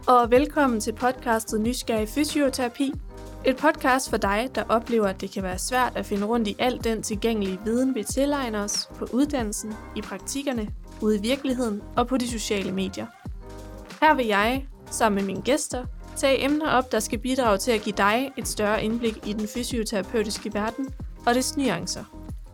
Og velkommen til podcastet Nysgerrig Fysioterapi. Et podcast for dig, der oplever, at det kan være svært at finde rundt i al den tilgængelige viden, vi tilegner os på uddannelsen, i praktikkerne, ude i virkeligheden og på de sociale medier. Her vil jeg, sammen med mine gæster, tage emner op, der skal bidrage til at give dig et større indblik i den fysioterapeutiske verden og dets nuancer.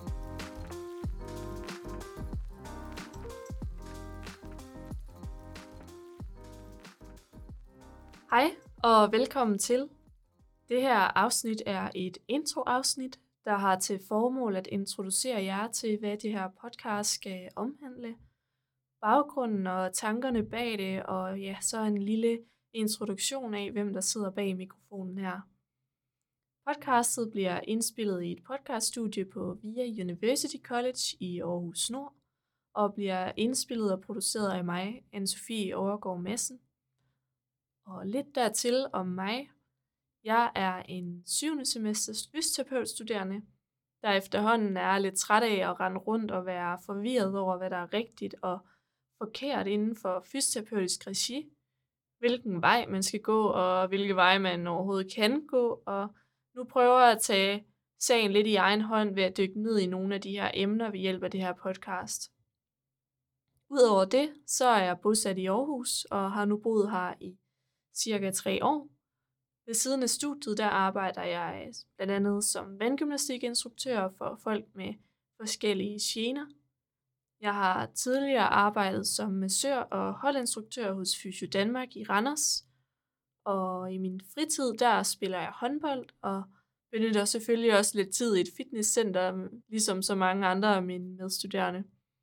Hej og velkommen til. Det her afsnit er et introafsnit, der har til formål at introducere jer til, hvad det her podcast skal omhandle. Baggrunden og tankerne bag det, og ja, så en lille introduktion af, hvem der sidder bag mikrofonen her. Podcastet bliver indspillet i et podcaststudie på VIA University College i Aarhus Nord, og bliver indspillet og produceret af mig, Anne-Sophie Overgaard Madsen. Og lidt dertil om mig. Jeg er en 7. semesters fysioterapeutstuderende, der efterhånden er lidt træt af at rende rundt og være forvirret over, hvad der er rigtigt og forkert inden for fysioterapeutisk regi, hvilken vej man skal gå, og hvilke veje man overhovedet kan gå, og nu prøver jeg at tage sagen lidt i egen hånd ved at dykke ned i nogle af de her emner ved hjælp af det her podcast. Udover det, så er jeg bosat i Aarhus og har nu boet her i cirka 3 år. Ved siden af studiet, der arbejder jeg blandt andet som vandgymnastikinstruktør for folk med forskellige gener. Jeg har tidligere arbejdet som massør og holdinstruktør hos Fysio Danmark i Randers. Og i min fritid, der spiller jeg håndbold og benytter selvfølgelig også lidt tid i et fitnesscenter, ligesom så mange andre af mine medstuderende.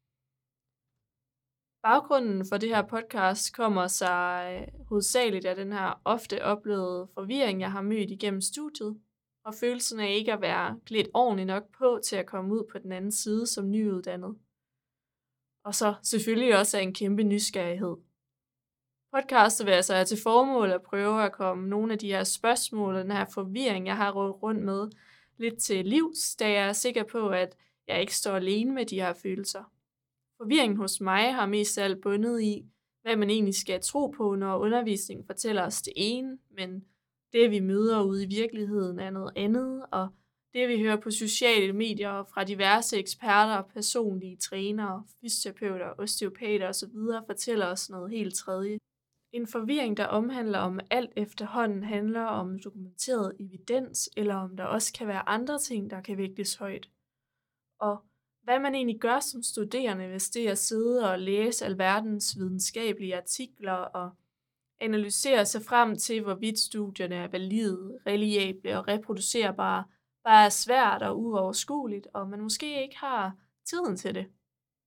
Baggrunden for det her podcast kommer sig hovedsageligt af den her ofte oplevede forvirring, jeg har mødt igennem studiet, og følelsen af ikke at være klædt ordentligt nok på til at komme ud på den anden side som nyuddannet. Og så selvfølgelig også af en kæmpe nysgerrighed. Podcastet vil altså have til formål at prøve at komme nogle af de her spørgsmål og den her forvirring, jeg har rundt med, lidt til livs, da jeg er sikker på, at jeg ikke står alene med de her følelser. Forvirringen hos mig har mest af alt bundet i, hvad man egentlig skal tro på, når undervisningen fortæller os det ene, men det vi møder ude i virkeligheden er noget andet, og det vi hører på sociale medier fra diverse eksperter, personlige trænere, fysioterapeuter, osteopater osv. fortæller os noget helt tredje. En forvirring, der omhandler om alt efterhånden handler om dokumenteret evidens, eller om der også kan være andre ting, der kan vægtes højt. Og hvad man egentlig gør som studerende, hvis det er at sidde og læse alverdens videnskabelige artikler og analysere sig frem til, hvorvidt studierne er valide, reliable og reproducerbare, bare er svært og uoverskueligt, og man måske ikke har tiden til det.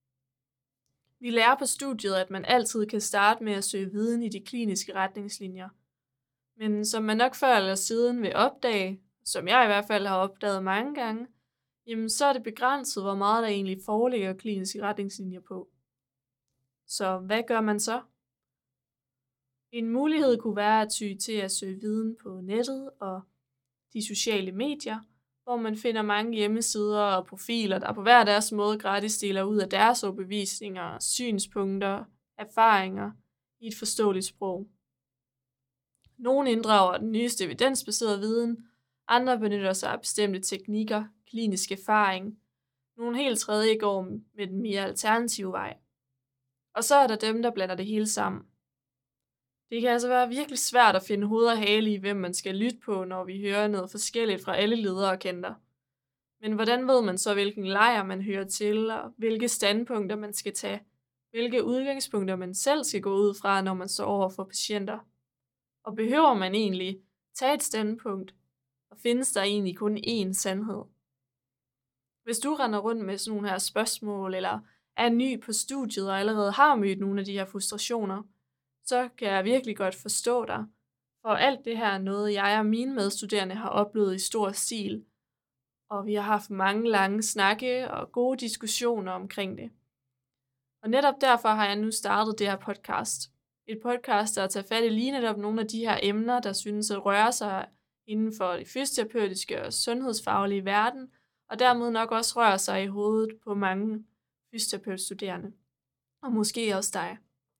Vi lærer på studiet, at man altid kan starte med at søge viden i de kliniske retningslinjer. Men som man nok før eller siden vil opdage, som jeg i hvert fald har opdaget mange gange, jamen så er det begrænset, hvor meget der egentlig foreligger kliniske retningslinjer på. Så hvad gør man så? En mulighed kunne være at ty til at søge viden på nettet og de sociale medier, hvor man finder mange hjemmesider og profiler, der på hver deres måde gratis deler ud af deres overbevisninger, synspunkter, erfaringer i et forståeligt sprog. Nogle inddrager den nyeste evidensbaserede viden, andre benytter sig af bestemte teknikker, klinisk erfaring. Nogle helt tredje går med den mere alternative vej. Og så er der dem, der blander det hele sammen. Det kan altså være virkelig svært at finde hoved og hale i, hvem man skal lytte på, når vi hører noget forskelligt fra alle ledere og kanter. Men hvordan ved man så, hvilken lejr man hører til, og hvilke standpunkter man skal tage? Hvilke udgangspunkter man selv skal gå ud fra, når man står over for patienter? Og behøver man egentlig tage et standpunkt? Og findes der egentlig kun én sandhed? Hvis du render rundt med sådan nogle her spørgsmål, eller er ny på studiet og allerede har mødt nogle af de her frustrationer, så kan jeg virkelig godt forstå dig. For alt det her er noget, jeg og mine medstuderende har oplevet i stor stil. Og vi har haft mange lange snakke og gode diskussioner omkring det. Og netop derfor har jeg nu startet det her podcast. Et podcast, der tager fat i lige netop nogle af de her emner, der synes at røre sig inden for det fysioterapeutiske og sundhedsfaglige verden, og dermed nok også rører sig i hovedet på mange fysioterapeutstuderende. Og måske også dig.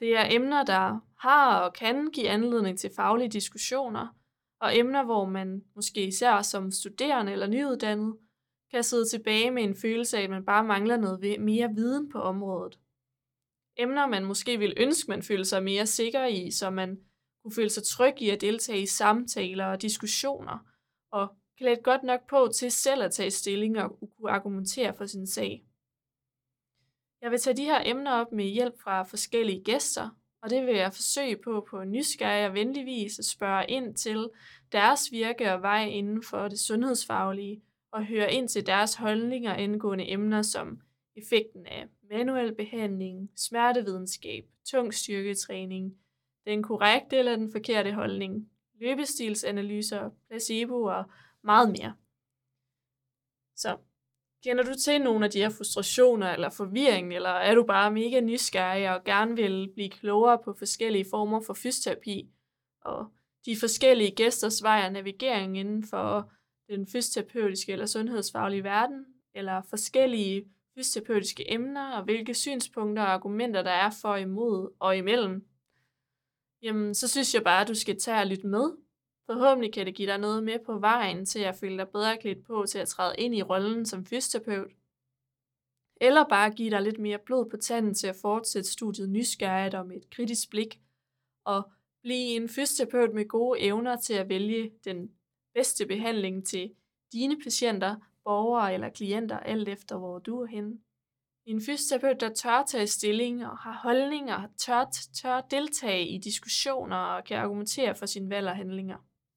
Det er emner, der har og kan give anledning til faglige diskussioner, og emner, hvor man måske især som studerende eller nyuddannet kan sidde tilbage med en følelse af, at man bare mangler noget mere viden på området. Emner, man måske ville ønske, man følte sig mere sikker i, så man kunne føle sig tryg i at deltage i samtaler og diskussioner, og klædt godt nok på til selv at tage stilling og kunne argumentere for sin sag. Jeg vil tage de her emner op med hjælp fra forskellige gæster, og det vil jeg forsøge på nysgerrig og venlig vis at spørge ind til deres virke og vej inden for det sundhedsfaglige, og høre ind til deres holdninger angående emner som effekten af manuel behandling, smertevidenskab, tung styrketræning, den korrekte eller den forkerte holdning, løbestilsanalyser, placebo og meget mere. Så kender du til nogle af de her frustrationer eller forvirring, eller er du bare mega nysgerrig og gerne vil blive klogere på forskellige former for fysioterapi og de forskellige gæsters vej og navigering inden for den fysioterapeutiske eller sundhedsfaglige verden, eller forskellige fysioterapeutiske emner og hvilke synspunkter og argumenter der er for imod og imellem, jamen så synes jeg bare, at du skal tage og lytte med. Forhåbentlig kan det give dig noget med på vejen til at føle dig bedre klædt på til at træde ind i rollen som fysioterapeut. Eller bare give dig lidt mere blod på tanden til at fortsætte studiet nysgerrigt og med et kritisk blik, og blive en fysioterapeut med gode evner til at vælge den bedste behandling til dine patienter, borgere eller klienter, alt efter hvor du er henne. En fysioterapeut, der tør tage stilling og har holdninger, tør deltage i diskussioner og kan argumentere for sine valg og handlinger.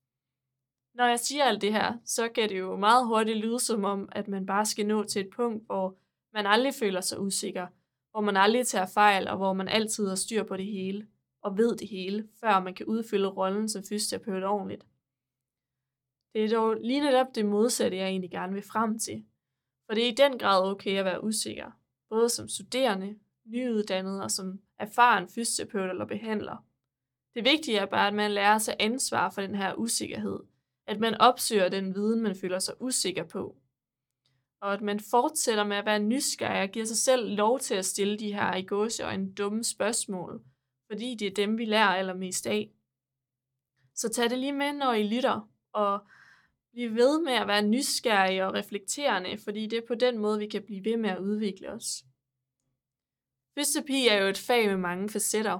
Når jeg siger alt det her, så kan det jo meget hurtigt lyde som om, at man bare skal nå til et punkt, hvor man aldrig føler sig usikker, hvor man aldrig tager fejl, og hvor man altid har styr på det hele og ved det hele, før man kan udfylde rollen som fysioterapeut ordentligt. Det er dog lige netop det modsatte, jeg egentlig gerne vil frem til. For det er i den grad okay at være usikker, både som studerende, nyuddannet og som erfaren fysioterapeut eller behandler. Det vigtige er bare, at man lærer sig ansvar for den her usikkerhed, at man opsøger den viden, man føler sig usikker på, og at man fortsætter med at være nysgerrig og giver sig selv lov til at stille de her i gåseøjne dumme spørgsmål, fordi det er dem, vi lærer allermest af. Så tag det lige med, når I lytter, og bliv ved med at være nysgerrige og reflekterende, fordi det er på den måde, vi kan blive ved med at udvikle os. Fysioterapi er jo et fag med mange facetter.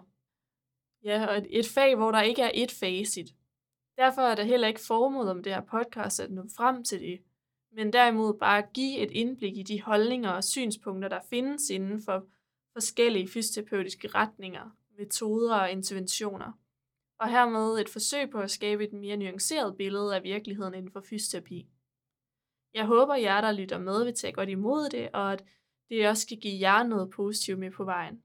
Ja, og et fag, hvor der ikke er ét facit. Derfor er det heller ikke formålet om det her podcast at nå frem til det, men derimod bare at give et indblik i de holdninger og synspunkter, der findes inden for forskellige fysioterapeutiske retninger, metoder og interventioner. Og hermed et forsøg på at skabe et mere nuanceret billede af virkeligheden inden for fysioterapi. Jeg håber, jer, der lytter med, vil tage godt imod det, og at det også skal give jer noget positivt med på vejen.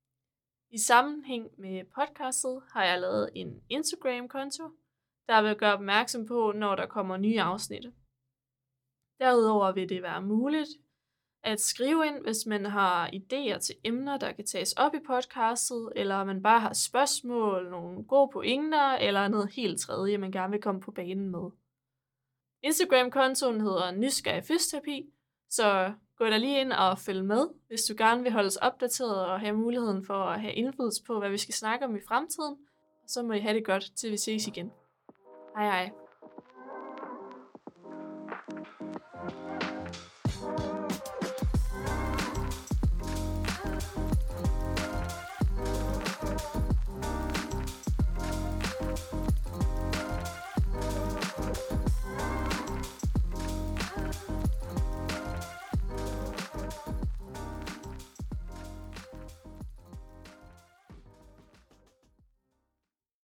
I sammenhæng med podcastet har jeg lavet en Instagram-konto, der vil gøre opmærksom på, når der kommer nye afsnit. Derudover vil det være muligt at skrive ind, hvis man har idéer til emner, der kan tages op i podcastet, eller man bare har spørgsmål, nogle gode pointer, eller noget helt tredje, man gerne vil komme på banen med. Instagram-kontoen hedder Nysgerrig Fysioterapi, så gå der lige ind og følg med, hvis du gerne vil holdes opdateret og have muligheden for at have indflydelse på, hvad vi skal snakke om i fremtiden. Så må I have det godt, til vi ses igen. Hej hej.